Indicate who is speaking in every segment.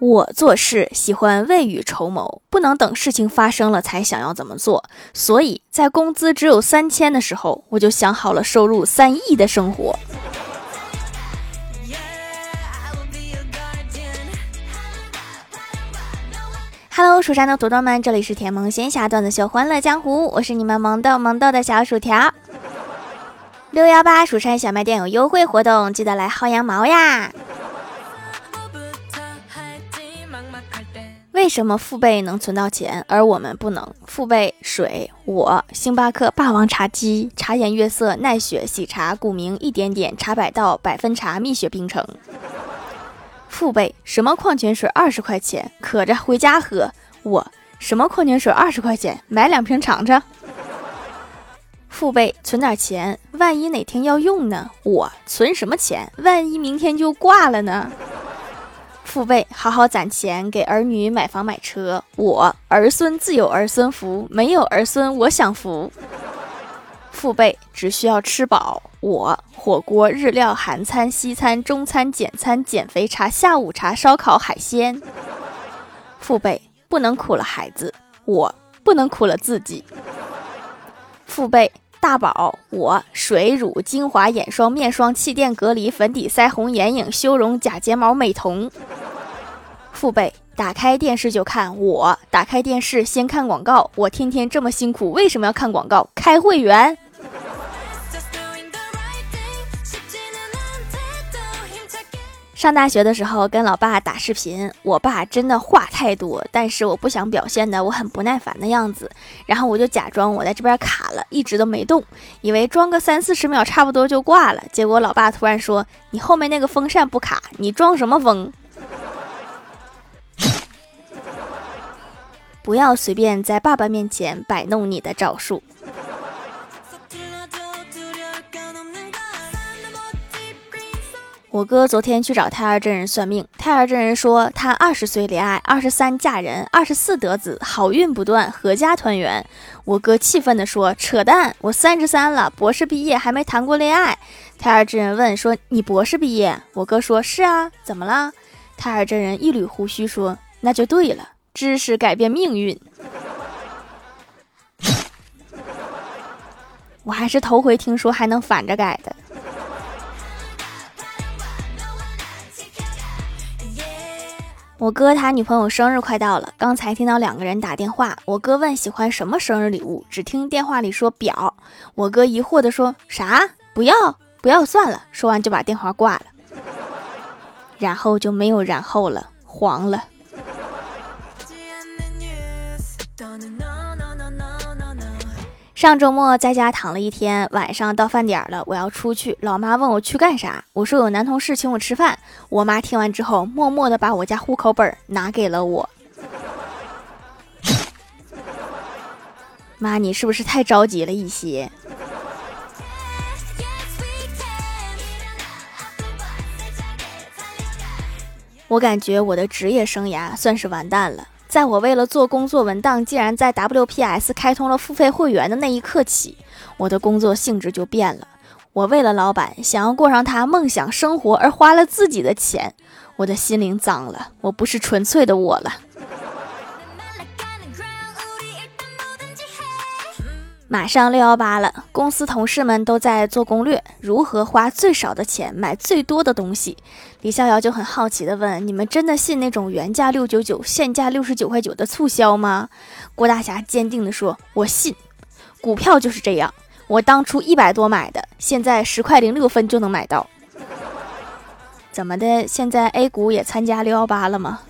Speaker 1: 我做事喜欢未雨绸缪，不能等事情发生了才想要怎么做，所以在工资只有3000的时候，我就想好了收入3亿的生活。Hello， 蜀山的土豆们，这里是甜萌仙侠段子秀欢乐江湖，我是你们萌豆的小薯条。618蜀山小卖店有优惠活动，记得来薅羊毛呀！为什么父辈能存到钱，而我们不能？父辈水，我星巴克霸王茶姬，茶颜悦色，耐雪喜茶，古名一点点，茶百道，百分茶，蜜雪冰城。父辈什么矿泉水20块钱，渴着回家喝。我什么矿泉水20块钱，买2瓶尝尝。父辈存点钱，万一哪天要用呢？我存什么钱，万一明天就挂了呢？父辈好好攒钱给儿女买房买车，我儿孙自有儿孙福，没有儿孙我享福。父辈只需要吃饱，我火锅日料韩餐西餐中餐简餐减肥茶下午茶烧烤海鲜。父辈不能苦了孩子，我不能苦了自己。父辈大宝，我水乳精华眼霜面霜气垫隔离粉底腮红眼影修容假睫毛美瞳。父辈打开电视就看，我打开电视先看广告，我天天这么辛苦为什么要看广告？开会员。上大学的时候跟老爸打视频，我爸真的话太多，但是我不想表现的我很不耐烦的样子，然后我就假装我在这边卡了，一直都没动，以为装个30-40秒差不多就挂了，结果老爸突然说，你后面那个风扇不卡，你装什么风？不要随便在爸爸面前摆弄你的招数。我哥昨天去找太二真人算命，太二真人说他20岁恋爱，23嫁人，24得子，好运不断，阖家团圆。我哥气愤地说，扯淡，我33了，博士毕业还没谈过恋爱。太二真人问说，你博士毕业？我哥说，是啊，怎么了？太二真人一捋胡须说，那就对了，知识改变命运。我还是头回听说还能反着改的。我哥他女朋友生日快到了，刚才听到2个人打电话，我哥问喜欢什么生日礼物，只听电话里说表，我哥疑惑的说，啥？不要算了，说完就把电话挂了，然后就没有然后了，黄了。上周末在家躺了一天，晚上到饭点了，我要出去，老妈问我去干啥，我说有男同事请我吃饭，我妈听完之后默默地把我家户口本拿给了我。妈，你是不是太着急了一些？我感觉我的职业生涯算是完蛋了。在我为了做工作文档竟然在 WPS 开通了付费会员的那一刻起，我的工作性质就变了。我为了老板想要过上他梦想生活而花了自己的钱，我的心灵脏了，我不是纯粹的我了。马上618了，公司同事们都在做攻略，如何花最少的钱买最多的东西。李逍遥就很好奇地问，你们真的信那种原价699现价69.9的促销吗？郭大侠坚定地说，我信，股票就是这样，我当初100多买的，现在10块06分就能买到。怎么的，现在 A 股也参加618了吗？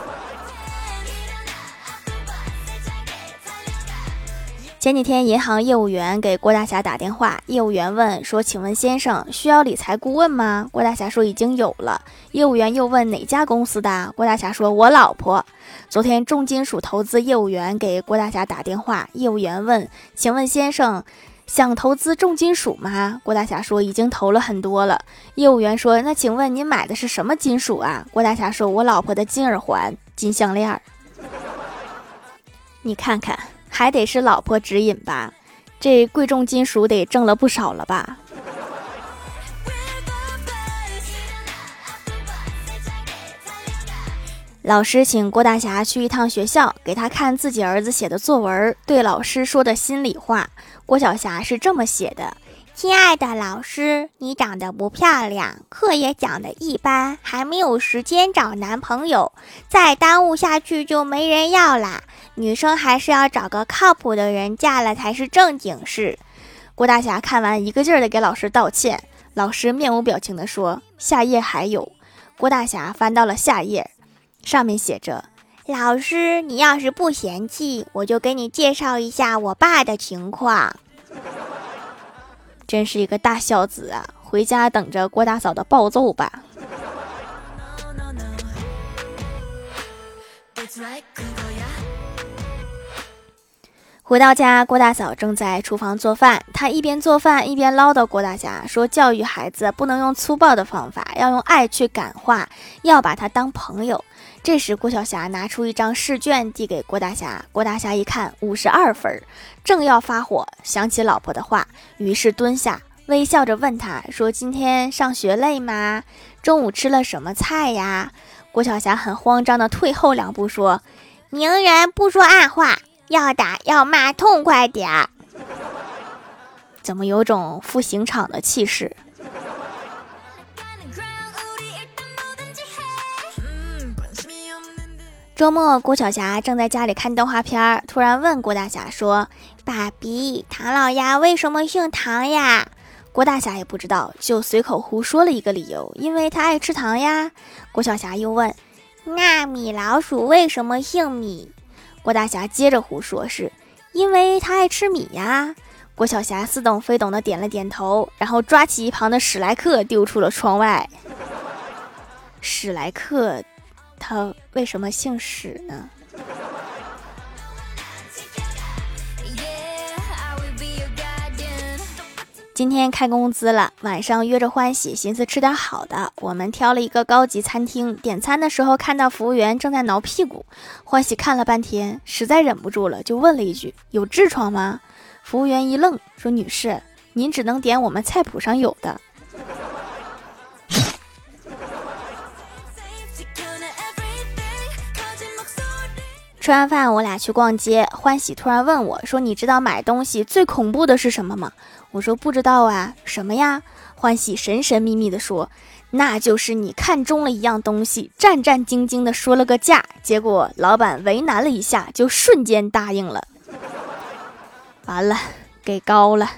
Speaker 1: 前几天银行业务员给郭大侠打电话，业务员问说，请问先生需要理财顾问吗？郭大侠说已经有了。业务员又问哪家公司的？郭大侠说我老婆。昨天重金属投资业务员给郭大侠打电话，业务员问，请问先生想投资重金属吗？郭大侠说已经投了很多了。业务员说，那请问您买的是什么金属啊？郭大侠说，我老婆的金耳环、金项链。你看看，还得是老婆指引吧，这贵重金属得挣了不少了吧。 老师请郭大侠去一趟学校，给他看自己儿子写的作文，对老师说的心里话。郭晓霞是这么写的：亲爱的老师，你长得不漂亮，课也讲得一般，还没有时间找男朋友，再耽误下去就没人要啦。女生还是要找个靠谱的人嫁了才是正经事。郭大侠看完一个劲儿的给老师道歉，老师面无表情地说：下页还有。郭大侠翻到了下页，上面写着：老师，你要是不嫌弃，我就给你介绍一下我爸的情况。真是一个大孝子啊，回家等着郭大嫂的暴揍吧。回到家，郭大嫂正在厨房做饭，她一边做饭一边唠叨郭大侠说，教育孩子不能用粗暴的方法，要用爱去感化，要把他当朋友。这时郭晓霞拿出一张试卷递给郭大侠，郭大侠一看52分，正要发火，想起老婆的话，于是蹲下微笑着问他说，今天上学累吗？中午吃了什么菜呀？郭晓霞很慌张的退后2步说，明人不说暗话，要打要骂痛快点儿。怎么有种赴刑场的气势？周末，郭晓霞正在家里看动画片，突然问郭大侠说，爸比，唐老鸭为什么姓唐呀？郭大侠也不知道，就随口胡说了一个理由，因为他爱吃糖呀。郭晓霞又问，那米老鼠为什么姓米？郭大侠接着胡说，是因为他爱吃米呀。郭晓霞似懂非懂的点了点头，然后抓起一旁的史莱克丢出了窗外。史莱克他为什么姓史呢？今天开工资了，晚上约着欢喜，寻思吃点好的。我们挑了一个高级餐厅，点餐的时候看到服务员正在挠屁股，欢喜看了半天，实在忍不住了，就问了一句，有痔疮吗？服务员一愣，说，女士，您只能点我们菜谱上有的。吃完饭我俩去逛街，欢喜突然问我说，你知道买东西最恐怖的是什么吗？我说不知道啊。什么呀？欢喜神神秘秘地说，那就是你看中了一样东西，战战兢兢地说了个价，结果老板为难了一下，就瞬间答应了。完了，给高了。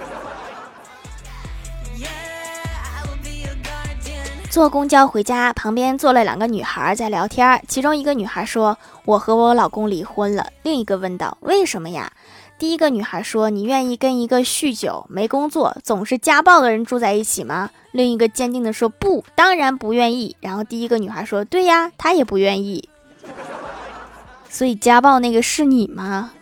Speaker 1: 坐公交回家，旁边坐了2个女孩在聊天，其中一个女孩说，我和我老公离婚了。另一个问道，为什么呀？第一个女孩说，你愿意跟一个酗酒没工作总是家暴的人住在一起吗？另一个坚定地说，不，当然不愿意。然后第一个女孩说，对呀，她也不愿意。所以家暴那个是你吗？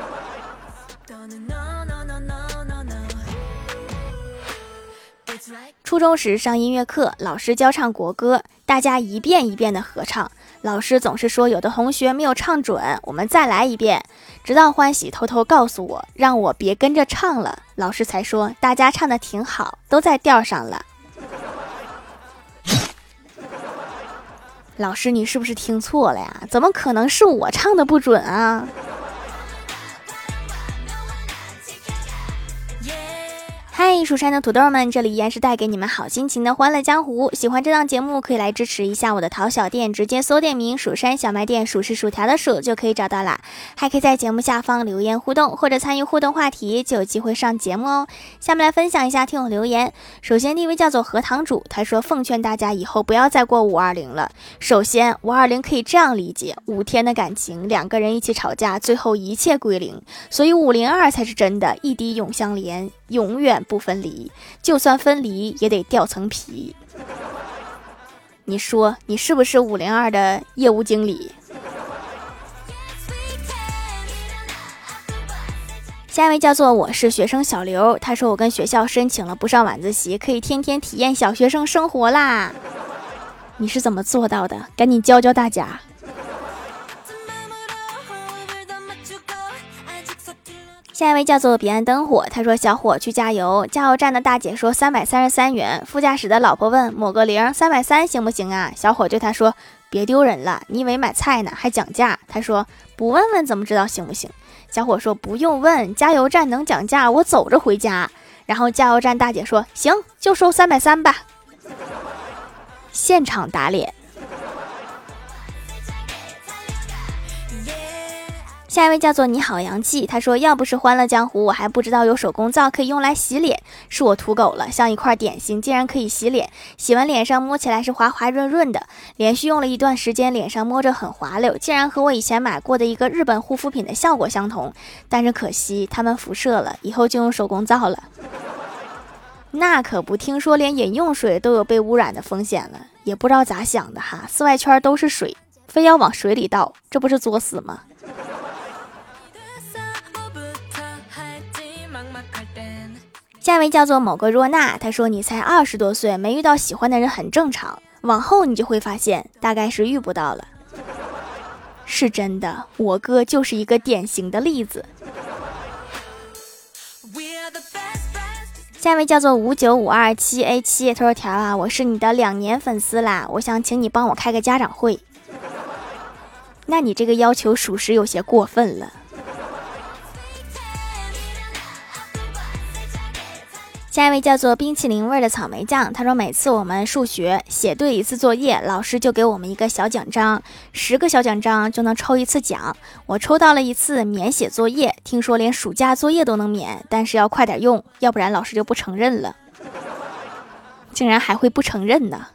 Speaker 1: 初中时上音乐课，老师教唱国歌，大家一遍一遍的合唱，老师总是说有的同学没有唱准，我们再来一遍，直到欢喜偷偷告诉我，让我别跟着唱了，老师才说大家唱的挺好，都在调上了。老师，你是不是听错了呀？怎么可能是我唱的不准啊？嗨，蜀山的土豆们，这里依然是带给你们好心情的欢乐江湖。喜欢这档节目可以来支持一下我的淘小店，直接搜店名蜀山小卖店，蜀是薯条的蜀就可以找到啦。还可以在节目下方留言互动，或者参与互动话题，就有机会上节目哦。下面来分享一下听友留言。首先第一位叫做荷塘主，他说，奉劝大家以后不要再过520了。首先520可以这样理解，5天的感情2个人一起吵架，最后一切归零，所以502才是真的，一滴永相连，永远不分离，就算分离也得掉层皮。你说你是不是502的业务经理？下一位叫做我是学生小刘，他说，我跟学校申请了不上晚自习，可以天天体验小学生生活啦。你是怎么做到的？赶紧教教大家。下一位叫做彼岸灯火，他说，小伙去加油，加油站的大姐说333元，副驾驶的老婆问某个零330行不行啊？小伙对他说， 别丢人了，你以为买菜呢还讲价？他说不问问怎么知道行不行？小伙说不用问，加油站能讲价，我走着回家。然后加油站大姐说行，就收330吧。现场打脸。下一位叫做你好洋气，他说要不是欢乐江湖，我还不知道有手工皂可以用来洗脸，是我土狗了，像一块点心竟然可以洗脸，洗完脸上摸起来是滑滑润润的，连续用了一段时间，脸上摸着很滑溜，竟然和我以前买过的一个日本护肤品的效果相同，但是可惜他们辐射了，以后就用手工皂了。那可不，听说连饮用水都有被污染的风险了，也不知道咋想的哈，四外圈都是水，非要往水里倒，这不是作死吗？下一位叫做某个若娜，他说你才20多岁，没遇到喜欢的人很正常，往后你就会发现大概是遇不到了。是真的，我哥就是一个典型的例子。下一位叫做59527A7，他说条啊，我是你的2年粉丝啦，我想请你帮我开个家长会。那你这个要求属实有些过分了。下一位叫做冰淇淋味的草莓酱，他说每次我们数学写对一次作业，老师就给我们一个小奖章，10个小奖章就能抽一次奖。我抽到了一次免写作业，听说连暑假作业都能免，但是要快点用，要不然老师就不承认了。竟然还会不承认呢。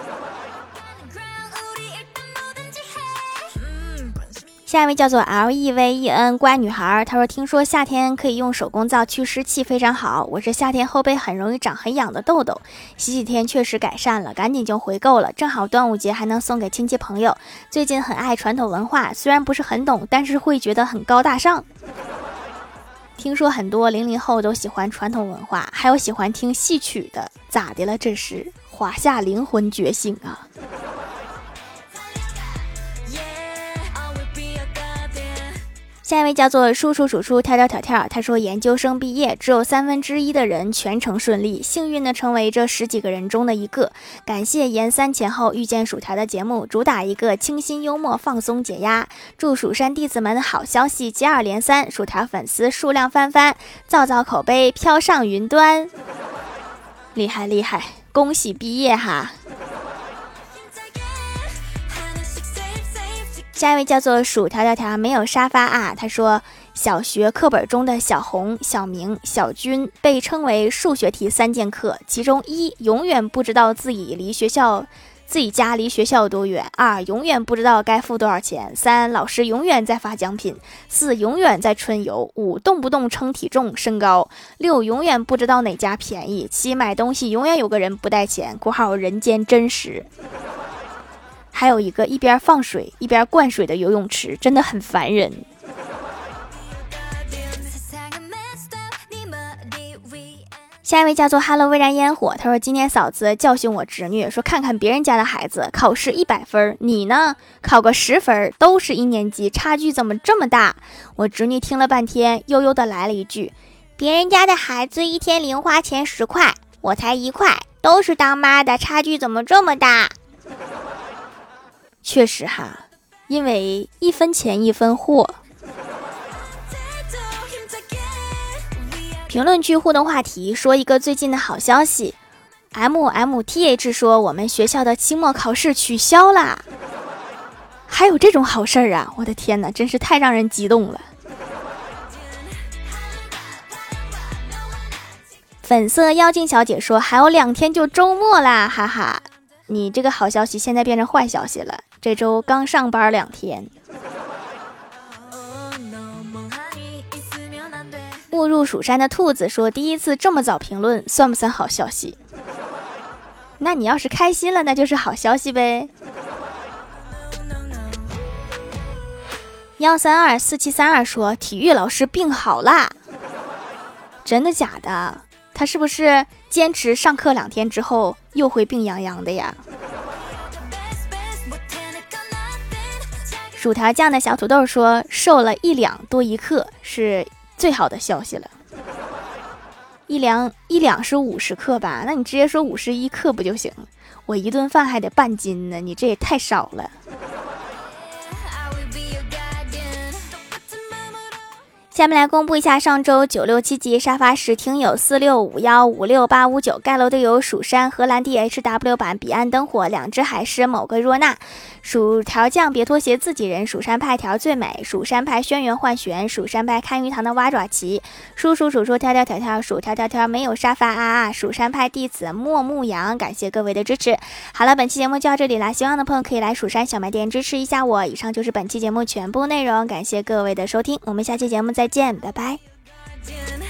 Speaker 1: 下一位叫做 LEVEN 乖女孩，她说听说夏天可以用手工皂去湿气非常好，我是夏天后背很容易长很痒的痘痘，洗几天确实改善了，赶紧就回购了，正好端午节还能送给亲戚朋友。最近很爱传统文化，虽然不是很懂，但是会觉得很高大上。听说很多00后都喜欢传统文化，还有喜欢听戏曲的，咋的了？这是华夏灵魂觉醒啊！下一位叫做叔叔数数跳跳跳跳，他说研究生毕业只有1/3的人全程顺利，幸运的成为这10几个人中的一个。感谢研3前后遇见薯条的节目，主打一个清新幽默放松解压，祝蜀山弟子们好消息接二连三，薯条粉丝数量翻番，皂皂口碑飘上云端。厉害厉害，恭喜毕业哈。下一位叫做薯条条条没有沙发啊，他说小学课本中的小红、小明、小军被称为数学题3剑客，其中1永远不知道自己家离学校有多远，2永远不知道该付多少钱，3老师永远在发奖品，4永远在春游，5动不动称体重身高，6永远不知道哪家便宜，7买东西永远有个人不带钱（括号人间真实）。还有一个一边放水一边灌水的游泳池，真的很烦人。下一位叫做哈喽微燃烟火，他说今天嫂子教训我侄女，说看看别人家的孩子考试100分，你呢考个10分，都是1年级，差距怎么这么大？我侄女听了半天，悠悠的来了一句，别人家的孩子一天零花钱10块，我才1块，都是当妈的，差距怎么这么大？确实哈，因为1分钱1分货。评论区互动话题，说一个最近的好消息。MMTH 说我们学校的期末考试取消啦，还有这种好事儿啊！我的天哪，真是太让人激动了。粉色妖精小姐说还有2天就周末啦，哈哈。你这个好消息现在变成坏消息了，这周刚上班2天。误入蜀山的兔子说第一次这么早评论，算不算好消息？那你要是开心了，那就是好消息呗。1324732说体育老师病好啦，真的假的？他是不是坚持上课2天之后又会病怏怏的呀？薯条酱的小土豆说瘦了1两多1克是最好的消息了。1两是50克吧？那你直接说51克不就行了我一顿饭还得半斤呢，你这也太少了。下面来公布一下上周967集沙发时听友4651568559盖楼队友蜀山、荷兰 DHW 版彼岸灯火、两只海狮、某个若娜、薯条酱别拖鞋自己人、蜀山派条最美、蜀山派轩辕幻玄、蜀山派看鱼塘的蛙爪旗、叔叔数数跳跳跳跳数跳跳跳没有沙发啊，蜀山派弟子莫牧羊，感谢各位的支持。好了，本期节目就到这里了，希望的朋友可以来蜀山小卖店支持一下我。以上就是本期节目全部内容，感谢各位的收听，我们下期节目再见，拜拜。